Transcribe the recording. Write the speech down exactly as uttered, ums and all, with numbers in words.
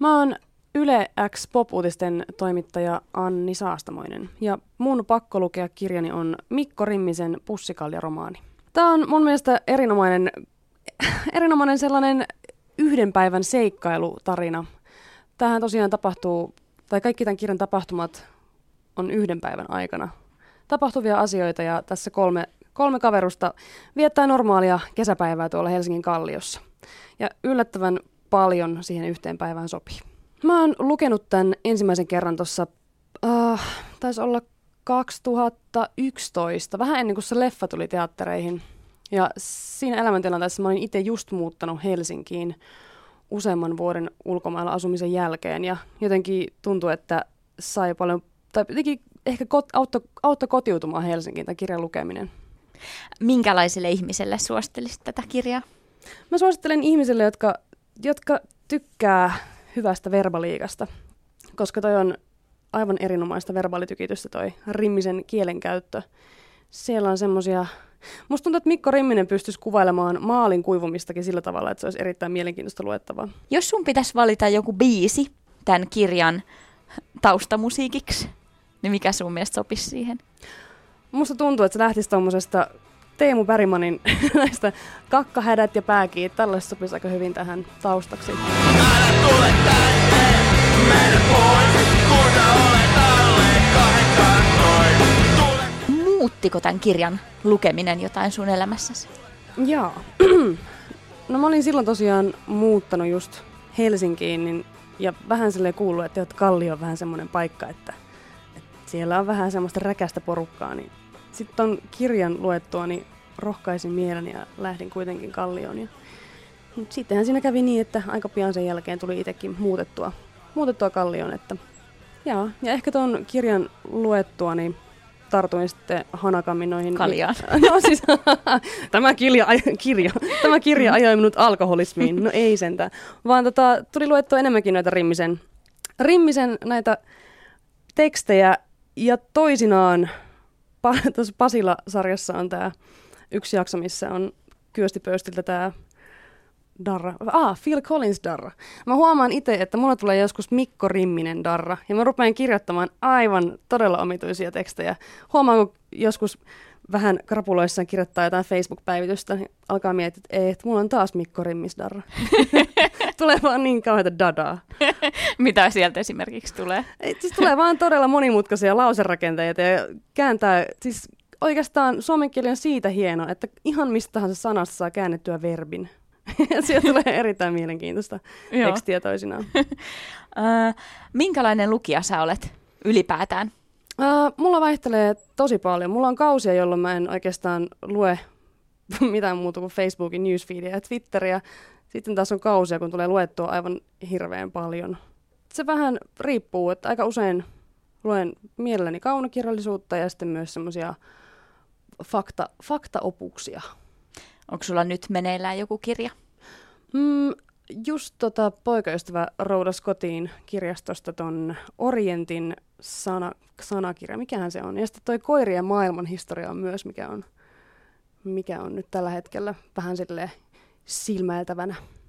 Mä oon Yle X Pop-uutisten toimittaja Anni Saastamoinen ja mun pakko lukea kirjani on Mikko Rimmisen Pussikalja-romaani. Tää on mun mielestä erinomainen, erinomainen sellainen yhden päivän seikkailutarina. Tämähän tosiaan tapahtuu, tai kaikki tämän kirjan tapahtumat on yhden päivän aikana tapahtuvia asioita ja tässä kolme, kolme kaverusta viettää normaalia kesäpäivää tuolla Helsingin Kalliossa. Ja yllättävän paljon siihen yhteen päivään sopii. Mä oon lukenut tämän ensimmäisen kerran tuossa, uh, taisi olla kaksituhattayksitoista, vähän ennen kuin se leffa tuli teattereihin. Ja siinä elämäntilanteessa mä olin itse just muuttanut Helsinkiin useamman vuoden ulkomailla asumisen jälkeen. Ja jotenkin tuntui, että sai paljon, tai jotenkin ehkä kot, auttoi, auttoi kotiutumaan Helsinkiin tämä kirjan lukeminen. Minkälaiselle ihmiselle suosittelisit tätä kirjaa? Mä suosittelen ihmisille, jotka, jotka tykkää hyvästä verbaliikasta, koska toi on aivan erinomaista verbaalitykitystä toi Rimmisen kielenkäyttö. Siellä on semmosia, musta tuntuu, että Mikko Rimminen pystyisi kuvailemaan maalin kuivumistakin sillä tavalla, että se olisi erittäin mielenkiintoista luettavaa. Jos sun pitäisi valita joku biisi tämän kirjan taustamusiikiksi, niin mikä sun mielestä sopisi siihen? Musta tuntuu, että se lähtisi tommosesta Teemu Bergmanin näistä kakkahädät ja pääkiit. Tällaista sopisi aika hyvin tähän taustaksi. Älä tule tänne, mene pois, kun olet alle kahden kantoin. Muuttiko tämän kirjan lukeminen jotain sun elämässäsi? Joo. No mä olin silloin tosiaan muuttanut just Helsinkiin niin, ja vähän silleen kuullut, että Kallio on vähän semmoinen paikka, että, että siellä on vähän semmoista räkästä porukkaa, niin sitten ton kirjan luettua, niin rohkaisin mieleni ja lähdin kuitenkin Kallioon. Ja sittenhän siinä kävi niin, että aika pian sen jälkeen tuli itsekin muutettua, muutettua Kallioon. Että, jaa. Ja ehkä ton kirjan luettua, niin tartuin sitten hanakammin noihin... Kaljaan. No siis, tämä, kirja, kirja, tämä kirja ajoi minut alkoholismiin. No ei sentään. Vaan tota, tuli luettua enemmänkin noita Rimmisen, Rimmisen näitä tekstejä ja toisinaan... Tuossa Pasila-sarjassa on tämä yksi jakso, missä on Kyösti Pöystiltä tämä darra. Ah, Phil Collins darra. Mä huomaan itse, että mulla tulee joskus Mikko Rimminen darra. Ja mä rupean kirjoittamaan aivan todella omituisia tekstejä. Huomaan, kun joskus vähän krapuloissaan kirjoittaa jotain Facebook-päivitystä, niin alkaa miettiä, että ei, että mulla on taas Mikko Rimmis darra. Tulee vaan niin kauheita dadaa. Mitä sieltä esimerkiksi tulee? Ei, siis tulee vaan todella monimutkaisia lauserakenteita ja kääntää, siis oikeastaan suomen kieli on siitä hieno, että ihan mistä tahansa sanasta saa käännettyä verbin. Sieltä tulee erittäin mielenkiintoista tekstiä toisinaan. Minkälainen lukija sä olet ylipäätään? Uh, mulla vaihtelee tosi paljon. Mulla on kausia, jolloin mä en oikeastaan lue mitään muuta kuin Facebookin newsfeedia ja Twitteriä. Sitten taas on kausia, kun tulee luettua aivan hirveän paljon. Se vähän riippuu, että aika usein luen mielelläni kaunokirjallisuutta ja sitten myös semmoisia fakta, faktaopuksia. Onko sulla nyt meneillään joku kirja? Mm, just tota poikaystävä roudas kotiin kirjastosta ton Orientin sana, sanakirja. Mikähän se on? Ja sitten toi Koirien maailman historia on myös, mikä on, mikä on nyt tällä hetkellä vähän silleen silmäiltävänä.